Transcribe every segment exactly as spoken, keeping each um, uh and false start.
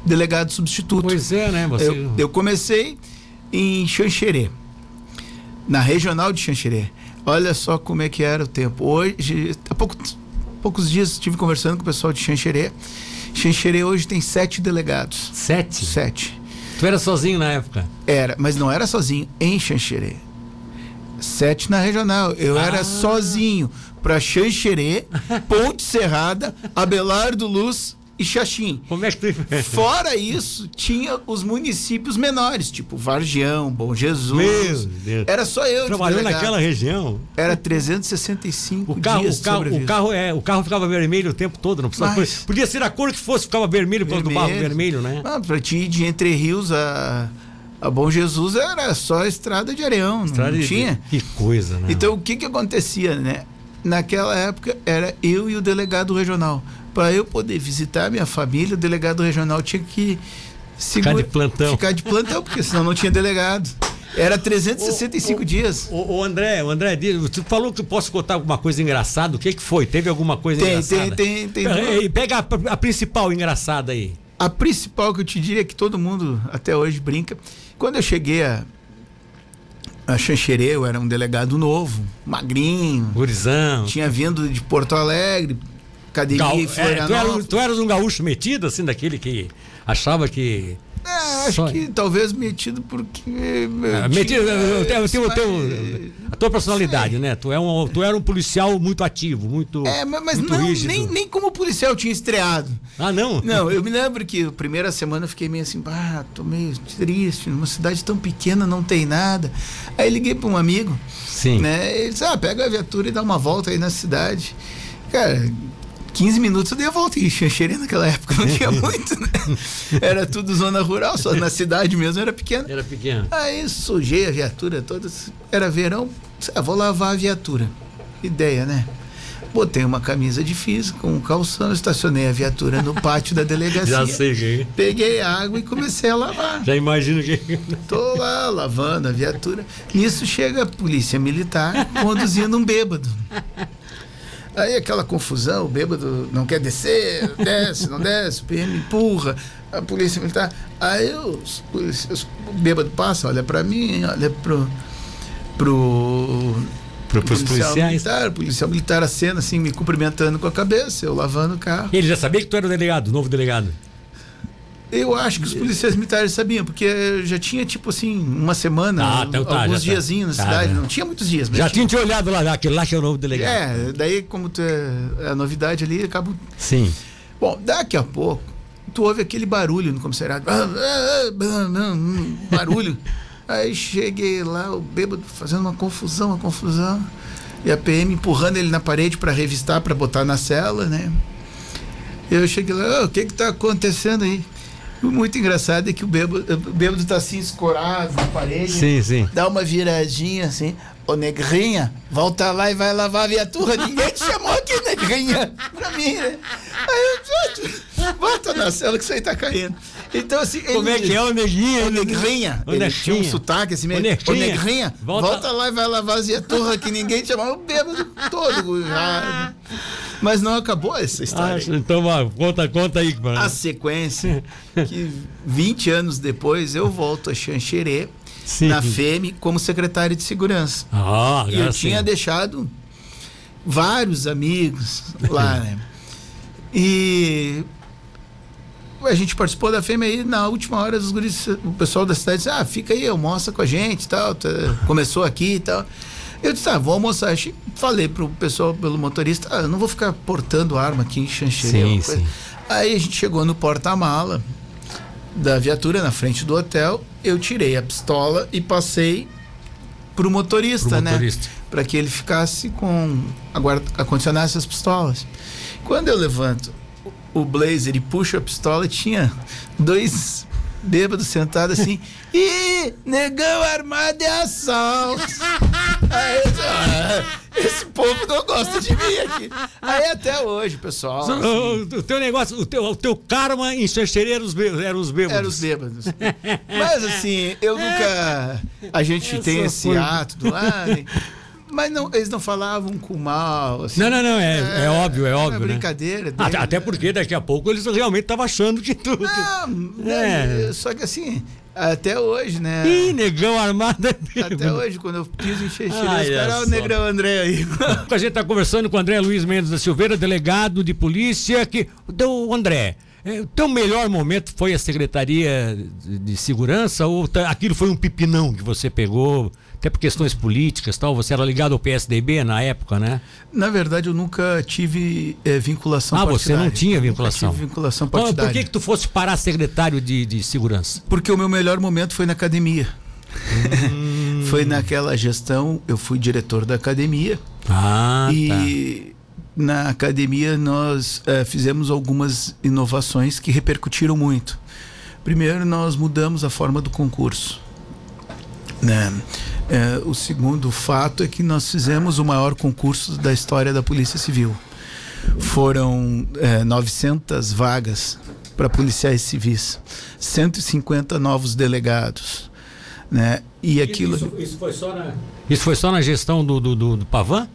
delegado substituto. Pois é, né? Você... Eu, eu comecei em Xanxerê, na regional de Xanxerê. Olha só como é que era o tempo. Hoje, há pouco, poucos dias estive conversando com o pessoal de Xanxerê. Xanxerê hoje tem sete delegados. Sete? Sete. Tu era sozinho na época? Era, mas não era sozinho em Xanxerê. Sete na regional. Eu ah. era sozinho para Xanxerê, Ponte Serrada, Abelardo Luz e Xaxim. Como é que tu... Fora isso, tinha os municípios menores, tipo Vargião, Bom Jesus. Meu Deus. Era só eu. Trabalhou naquela região? Era trezentos e sessenta e cinco o carro, dias o carro, o carro é, o carro ficava vermelho o tempo todo, não precisava. Mas... Podia ser a cor que fosse, ficava vermelho por causa do barro vermelho, né? Não, pra ti ir de Entre Rios a, a Bom Jesus era só estrada de areião, estrada não de... tinha. Que coisa, né? Então o que que acontecia, né? Naquela época era eu e o delegado regional. Para eu poder visitar minha família, o delegado regional tinha que segura, ficar de plantão. Ficar de plantão, porque senão não tinha delegado. Era trezentos e sessenta e cinco o, dias. O, o André, o André, tu falou que eu posso contar alguma coisa engraçada. O que que foi? Teve alguma coisa tem, engraçada? Tem, tem, tem. Pega, pega a, a principal engraçada aí. A principal que eu te diria é que todo mundo até hoje brinca. Quando eu cheguei a a Xanxerê, eu era um delegado novo, magrinho. Gurizão. Tinha vindo de Porto Alegre, academia Gal, em Florianópolis. É, tu, era, tu eras um gaúcho metido, assim, daquele que achava que... É, acho Só... que talvez metido porque... Ah, metido, eu tenho, eu tenho, eu tenho, a tua personalidade, né? Tu, é um, tu era um policial muito ativo, muito É, mas, mas muito não, rígido. Nem, nem como policial eu tinha estreado. Ah, não? Não, eu me lembro que a primeira semana eu fiquei meio assim, ah, tô meio triste, numa cidade tão pequena não tem nada. Aí liguei para um amigo, Sim. né? Ele disse, ah, pega a viatura e dá uma volta aí na cidade. Cara... quinze minutos eu dei a volta em Xanxerê naquela época, não tinha muito, né? Era tudo zona rural, só na cidade mesmo era pequeno. Era pequeno. Aí sujei a viatura toda, era verão, ah, vou lavar a viatura. Ideia, né? Botei uma camisa de física, um calção, estacionei a viatura no pátio da delegacia. Já sei que... Peguei água e comecei a lavar. Já imagino que... Tô lá lavando a viatura. Nisso chega a polícia militar conduzindo um bêbado. Aí aquela confusão, o bêbado não quer descer, desce, não desce, o P M empurra, a polícia militar. Aí os, os, os o bêbado passa, olha pra mim, olha pro pro, pro policial policiais. militar, o policial militar acena assim, me cumprimentando com a cabeça, eu lavando o carro. Ele já sabia que tu era o delegado, o novo delegado? Eu acho que os policiais militares sabiam, porque já tinha, tipo assim, uma semana, ah, então tá, alguns tá. diazinhos na tá, cidade, né? não tinha muitos dias. Mas já tinha... tinha te olhado lá, aquele lá que é o novo delegado. É, daí como tu é a novidade ali, acaba... Sim. Bom, daqui a pouco, tu ouve aquele barulho no comissariado, barulho. Aí cheguei lá, o bêbado fazendo uma confusão, uma confusão, e a P M empurrando ele na parede para revistar, para botar na cela, né? Eu cheguei lá, oh, o que que tá acontecendo aí? Muito engraçado é que o bêbado, o bêbado tá assim escorado na parede. Sim, sim. Dá uma viradinha assim. Ô, negrinha, volta lá e vai lavar a viatura. Ninguém te chamou aqui, negrinha. Pra mim, né? Aí eu, volta na cela que isso aí tá caindo. Então, assim. Como ele, é que é o negrinha? O negrinha. O ele negrinha. tinha um sotaque assim mesmo. Ô, negrinha, volta... volta lá e vai lavar as viaturas que ninguém te chamou. O bêbado todo. Já... Mas não acabou essa história. Ah, então, ó, conta, conta aí, mano. A sequência, que vinte anos depois eu volto a Xanxerê, sim, na F E M, como secretário de segurança. Ah, e eu sim. tinha deixado vários amigos lá, né? E a gente participou da F E M aí, na última hora os guris, o pessoal da cidade disse, ah, fica aí, almoça com a gente e tal, tá, começou aqui e tal. Eu disse, ah, vou almoçar. Falei pro pessoal, pelo motorista, ah, eu não vou ficar portando arma aqui em Xanxerê. Sim, sim. Aí a gente chegou no porta-mala da viatura, na frente do hotel, eu tirei a pistola e passei pro motorista, pro motorista. né? Para que ele ficasse com, agora, acondicionasse as pistolas. Quando eu levanto o blazer e puxo a pistola, tinha dois bêbados sentados assim, ih, negão armado é assalto. Aí, ah, esse povo não gosta de mim aqui. Aí até hoje, pessoal. Assim, o, o teu negócio, o teu, o teu karma em Xanxerê eram os bêbados. Eram os bêbados. Eram os bêbados. Mas assim, eu nunca. A gente Essa tem esse foi... ato do lado. Mas não, eles não falavam com mal. Assim, não, não, não, é, é, é óbvio, é óbvio. É brincadeira. Né? Até, até porque daqui a pouco eles realmente estavam achando que tudo. Não, é. Só que assim, até hoje, né? Ih, negão armado. Até hoje, quando eu quis encher os caras, o negrão André aí. A gente está conversando com o André Luiz Mendes da Silveira, delegado de polícia, que. O André. O teu melhor momento foi a Secretaria de Segurança ou aquilo foi um pipinão que você pegou, até por questões políticas e tal? Você era ligado ao P S D B na época, né? Na verdade, eu nunca tive é, vinculação ah, partidária. Ah, você não tinha vinculação? Nunca tive vinculação partidária. Então, por que que tu fosse parar secretário de, de Segurança? Porque o meu melhor momento foi na academia. Hum. Foi naquela gestão, eu fui diretor da academia. Ah, e... tá. Na academia nós uh, fizemos algumas inovações que repercutiram muito. Primeiro, nós mudamos a forma do concurso, né? Uh, o segundo fato é que nós fizemos o maior concurso da história da Polícia Civil. Foram uh, novecentas vagas para policiais civis, cento e cinquenta novos delegados, né? E aquilo... Isso, isso, foi, só na, isso foi só na gestão do, do, do, do Pavan?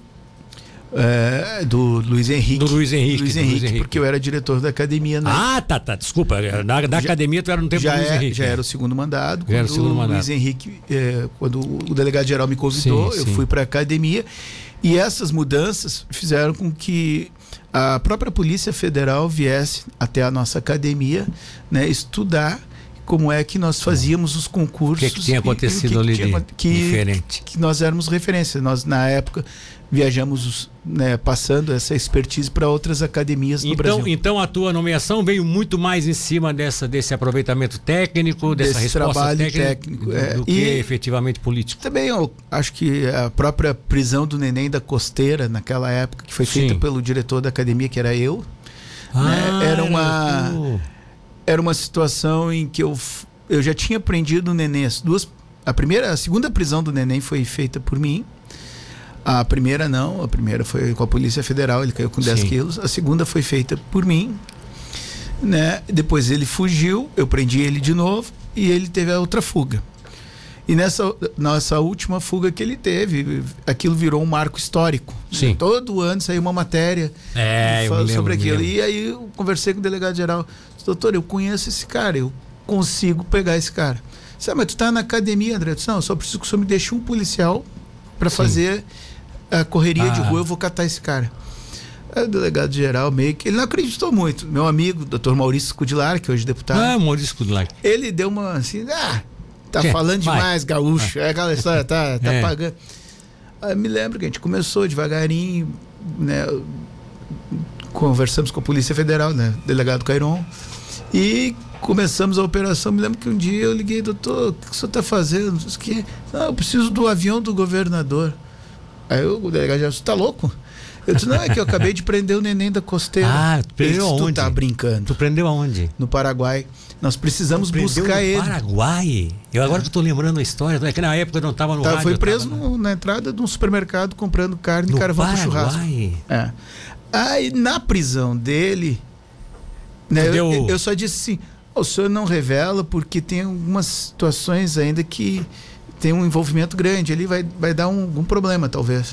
É, do Luiz Henrique. Do Luiz Henrique. Luiz Henrique, Luiz Henrique. Porque eu era diretor da academia. Né? Ah, tá, tá. Desculpa. Da, da já, academia tu era no tempo do Luiz é, Henrique. Já era o segundo mandado. Já era o segundo mandado. Luiz Henrique, é, quando o delegado geral me convidou, sim, eu sim. fui para a academia. E essas mudanças fizeram com que a própria Polícia Federal viesse até a nossa academia, né, estudar como é que nós fazíamos os concursos. O que, que tinha acontecido que, ali que tinha, que, diferente? Que nós éramos referência. Nós, na época, viajamos, né, passando essa expertise para outras academias no então, Brasil. Então a tua nomeação veio muito mais em cima dessa, desse aproveitamento técnico, dessa desse resposta trabalho técnica técnico, do, é, do que e efetivamente político. Também eu acho que a própria prisão do Neném da Costeira, naquela época, que foi feita Sim. pelo diretor da academia, que era eu, ah, né, era uma... Era, era uma situação em que eu, eu já tinha prendido o Neném. As duas, a, primeira, a segunda prisão do Neném foi feita por mim. A primeira não, a primeira foi com a Polícia Federal, ele caiu com dez quilos. A segunda foi feita por mim, né? Depois ele fugiu, eu prendi ele de novo e ele teve a outra fuga. E nessa nossa última fuga que ele teve, aquilo virou um marco histórico. Sim. Todo ano saiu uma matéria é, eu lembro, sobre aquilo. Eu e aí eu conversei com o delegado geral. Doutor, eu conheço esse cara, eu consigo pegar esse cara. Sabe, mas tu tá na academia, André? Eu disse, não, eu só preciso que o senhor me deixe um policial para fazer a correria ah. de rua, eu vou catar esse cara. Aí o delegado geral meio que, ele não acreditou muito. Meu amigo, doutor Maurício Scudilar, que hoje é deputado. Ah, Maurício Scudilar. Ele deu uma assim, ah, tá que? falando Vai. demais, gaúcho. É aquela história, tá, tá é. pagando. Aí me lembro que a gente começou devagarinho, né? Conversamos com a Polícia Federal, né? Delegado Cairon. E começamos a operação. Me lembro que um dia eu liguei, doutor, o que o senhor está fazendo? Disse que, não, eu preciso do avião do governador. Aí o delegado já disse, tá louco? Eu disse, não, é que eu acabei de prender o Neném da Costeira. Ah, tu prendeu aonde? Tu tá brincando. Tu prendeu aonde? No Paraguai. Nós precisamos buscar no ele. Paraguai? Eu agora que eu tô lembrando a história, é que na época eu não estava no tá, rádio. Foi preso tava... no, na entrada de um supermercado comprando carne e carvão pro churrasco. É. Aí na prisão dele, né, Deu... eu, eu só disse assim, o senhor não revela porque tem algumas situações ainda que tem um envolvimento grande, ele vai, vai dar um, um problema talvez.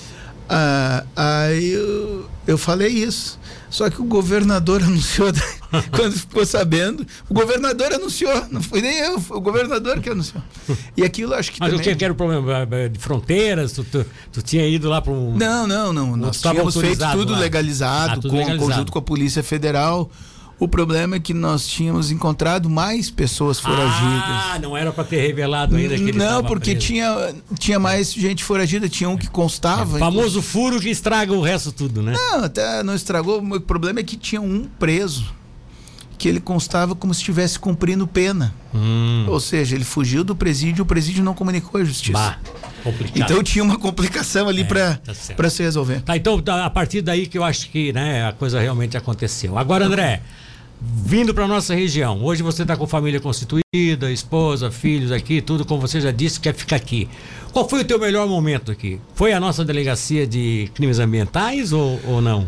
Ah, aí eu, eu falei isso, só que o governador anunciou, quando ficou sabendo, o governador anunciou, não fui nem eu, foi o governador que anunciou. E aquilo acho que Mas também... o que era o problema? De fronteiras? Tu, tu, tu tinha ido lá para um... Não, não, não, nós tínhamos feito tudo lá. legalizado, ah, tudo com legalizado. Conjunto com a Polícia Federal. O problema é que nós tínhamos encontrado mais pessoas foragidas. Ah, não era para ter revelado ainda que ele Não, porque tinha, tinha mais gente foragida, tinha um que constava. É, o famoso furo que estraga o resto tudo, né? Não, até não estragou. O problema é que tinha um preso que ele constava como se estivesse cumprindo pena. Hum. Ou seja, ele fugiu do presídio, o presídio não comunicou a justiça. Bah, complicado. Então tinha uma complicação ali é, para tá para se resolver. Tá, então a partir daí que eu acho que, né, a coisa realmente aconteceu. Agora, André, vindo para nossa região, hoje você está com família constituída, esposa, filhos aqui, tudo como você já disse, quer ficar aqui. Qual foi o teu melhor momento aqui? Foi a nossa delegacia de crimes ambientais ou, ou não?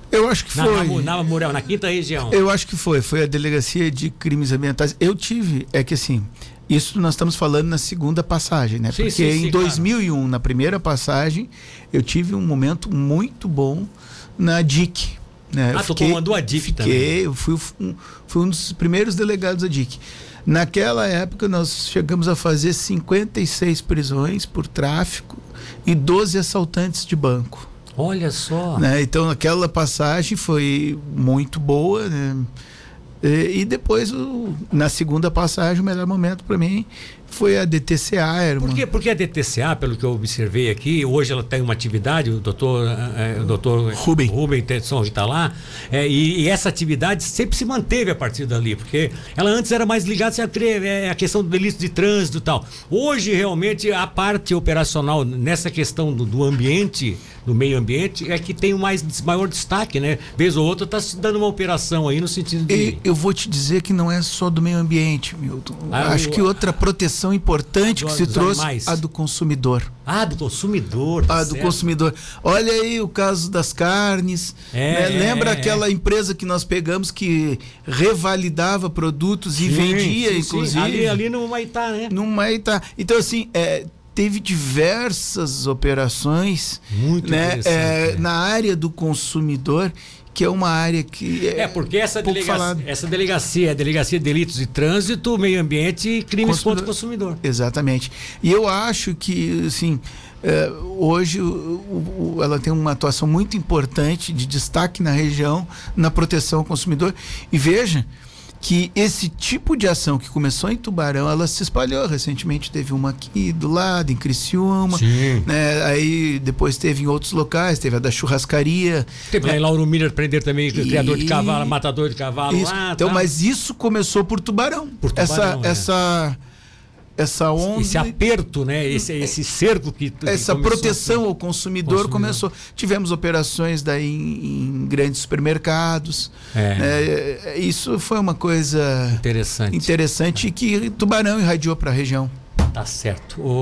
Eu acho que na, foi. Na, na Murel, na quinta região. Eu acho que foi. Foi a Delegacia de Crimes Ambientais. Eu tive, é que assim, isso nós estamos falando na segunda passagem, né? Sim, Porque sim, sim, em dois mil e um, claro. na primeira passagem, eu tive um momento muito bom na D I C. Né? Ah, eu tu comandou a D I C fiquei, também. Eu fui um, fui um dos primeiros delegados da D I C. Naquela época, nós chegamos a fazer cinquenta e seis prisões por tráfico e doze assaltantes de banco. Olha só. Né? Então, aquela passagem foi muito boa, né? E, e depois, o, na segunda passagem, o melhor momento para mim foi a D T C A. Era uma... Por quê? Porque a D T C A, pelo que eu observei aqui, hoje ela tem uma atividade, o doutor, é, o doutor Rubem, Rubem Tetson está lá, é, e, e essa atividade sempre se manteve a partir dali, porque ela antes era mais ligada a, é, a questão do delito de trânsito e tal. Hoje, realmente, a parte operacional nessa questão do, do ambiente, do meio ambiente, é que tem o mais, maior destaque, né? Vez ou outra está se dando uma operação aí no sentido de... E eu vou te dizer que não é só do meio ambiente, Milton. Ah, Acho o... que outra proteção importante do, que se trouxe, animais. a do consumidor. Ah, do consumidor. A tá do certo. consumidor. Olha aí o caso das carnes. É, né? Lembra é, aquela é. empresa que nós pegamos que revalidava produtos e sim, vendia, sim, inclusive? Sim. Ali, ali no Humaitá, né? No Humaitá. Então, assim, é, teve diversas operações Muito né, é, é. na área do consumidor, que é uma área que é, é porque essa, pouco delegacia, falado. essa delegacia é a Delegacia de Delitos de Trânsito, Meio Ambiente e Crimes contra o Consumidor. Exatamente. E eu acho que, assim, é, hoje o, o, ela tem uma atuação muito importante, de destaque na região, na proteção ao consumidor. E veja que esse tipo de ação que começou em Tubarão, ela se espalhou. Recentemente teve uma aqui do lado, em Criciúma. Sim. Né? Aí depois teve em outros locais, teve a da churrascaria. Teve né? lá em Lauro Miller prender também, E... criador de cavalo, matador de cavalo. Isso. Lá, Então, tá. mas isso começou por Tubarão. Por Tubarão, essa, é. essa, essa onda... Esse aperto, né? Esse, esse cerco que... que Essa proteção a... ao consumidor, consumidor começou. Tivemos operações daí em, em grandes supermercados. É. Né? Isso foi uma coisa interessante, interessante é. que Tubarão irradiou para a região. Tá certo. O,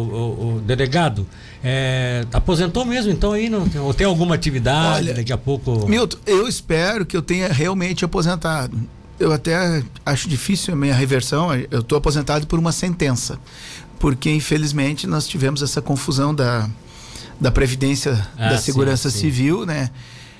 o, o delegado é, aposentou mesmo, então aí não ou tem alguma atividade? Olha, daqui a pouco... Milton, eu espero que eu tenha realmente aposentado. Eu até acho difícil a minha reversão. Eu estou aposentado por uma sentença, porque infelizmente nós tivemos essa confusão da, da Previdência ah, da Segurança sim, sim. Civil, né?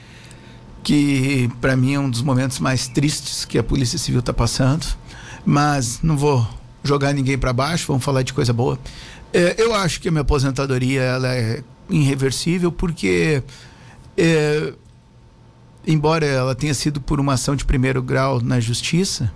Que para mim é um dos momentos mais tristes que a Polícia Civil está passando, mas não vou jogar ninguém para baixo, vamos falar de coisa boa. É, eu acho que a minha aposentadoria ela é irreversível, porque é, embora ela tenha sido por uma ação de primeiro grau na Justiça,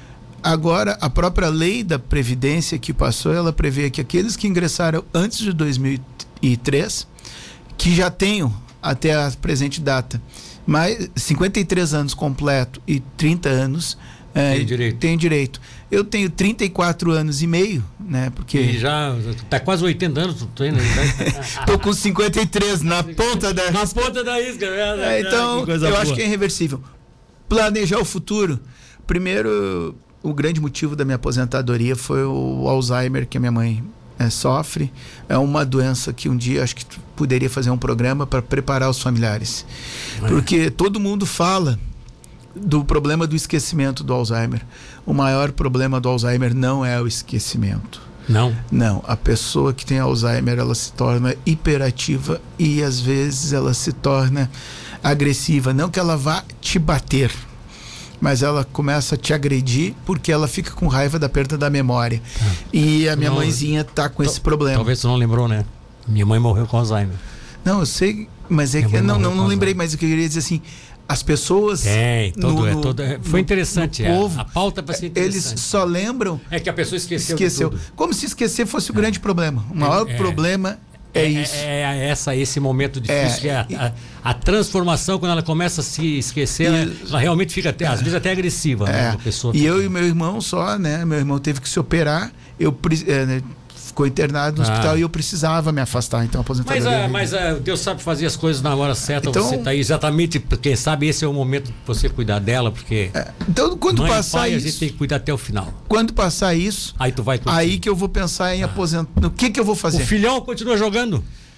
agora a própria lei da Previdência que passou, ela prevê que aqueles que ingressaram antes de dois mil e três, que já tenham até a presente data mais cinquenta e três anos completo e trinta anos, é, tem direito. Tem direito. Eu tenho trinta e quatro anos e meio, né? Porque e já tá quase oitenta anos, tô indo, tô com cinquenta e três na ponta da na ponta da isca, é, então eu boa. Acho que é irreversível. Planejar o futuro. Primeiro, o grande motivo da minha aposentadoria foi o Alzheimer que a minha mãe é, sofre. É uma doença que um dia acho que poderia fazer um programa para preparar os familiares, é. Porque todo mundo fala do problema do esquecimento do Alzheimer. O maior problema do Alzheimer não é o esquecimento. Não? Não. A pessoa que tem Alzheimer, ela se torna hiperativa e às vezes ela se torna agressiva. Não que ela vá te bater, mas ela começa a te agredir porque ela fica com raiva da perda da memória. Ah. E a minha não, mãezinha tá com esse problema. Talvez você não lembrou, né? Minha mãe morreu com Alzheimer. Não, eu sei, mas é minha que eu não, não, não lembrei, mas eu queria dizer assim, as pessoas é, todo, no, é, todo, é, foi interessante no é, povo, a pauta vai ser interessante. Eles só lembram é que a pessoa esqueceu, esqueceu. Como se esquecer fosse o é. grande problema. O maior é, é, é é isso. É, é essa, esse momento difícil, é, que é a, a, a transformação, quando ela começa a se esquecer, ela, ela realmente fica até, às vezes até agressiva. É, né, a pessoa e fica... eu e meu irmão só, né? Meu irmão teve que se operar, eu é, né, ficou internado no ah. hospital e eu precisava me afastar, então a aposentadoria. Mas, a, mas a, Deus sabe fazer as coisas na hora certa, então, você está aí exatamente, porque sabe, esse é o momento de você cuidar dela, porque é, então quando mãe, passar pai, isso, a gente tem que cuidar até o final. Quando passar isso, aí tu vai aí que eu vou pensar em ah. aposentar, no que que eu vou fazer. O filhão continua jogando?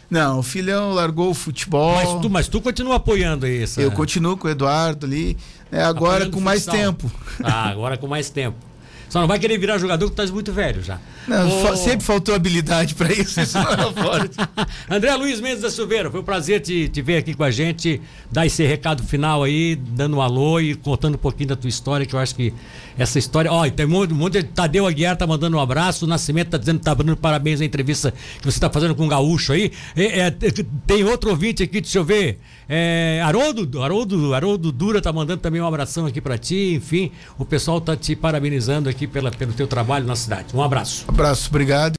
Não, o filhão largou o futebol. Mas tu, mas tu continua apoiando isso? Eu continuo com o Eduardo ali, né, agora apoiando com mais tempo. Ah, agora com mais tempo. Só não vai querer virar jogador que tu tá muito velho já. Não, oh. Sempre faltou habilidade para isso. Isso não é forte. André Luiz Mendes da Silveira, foi um prazer te, te ver aqui com a gente, dar esse recado final aí, dando um alô e contando um pouquinho da tua história, que eu acho que essa história... Ó, tem um monte, um monte de... Tadeu Aguiar tá mandando um abraço, o Nascimento tá dizendo que tá dando parabéns à entrevista que você tá fazendo com o Gaúcho aí. É, é, tem outro ouvinte aqui, deixa eu ver. É, Haroldo, Haroldo, Haroldo Dura tá mandando também um abração aqui para ti, enfim, o pessoal tá te parabenizando aqui pela, pelo teu trabalho na cidade. Um abraço. Um abraço, obrigado.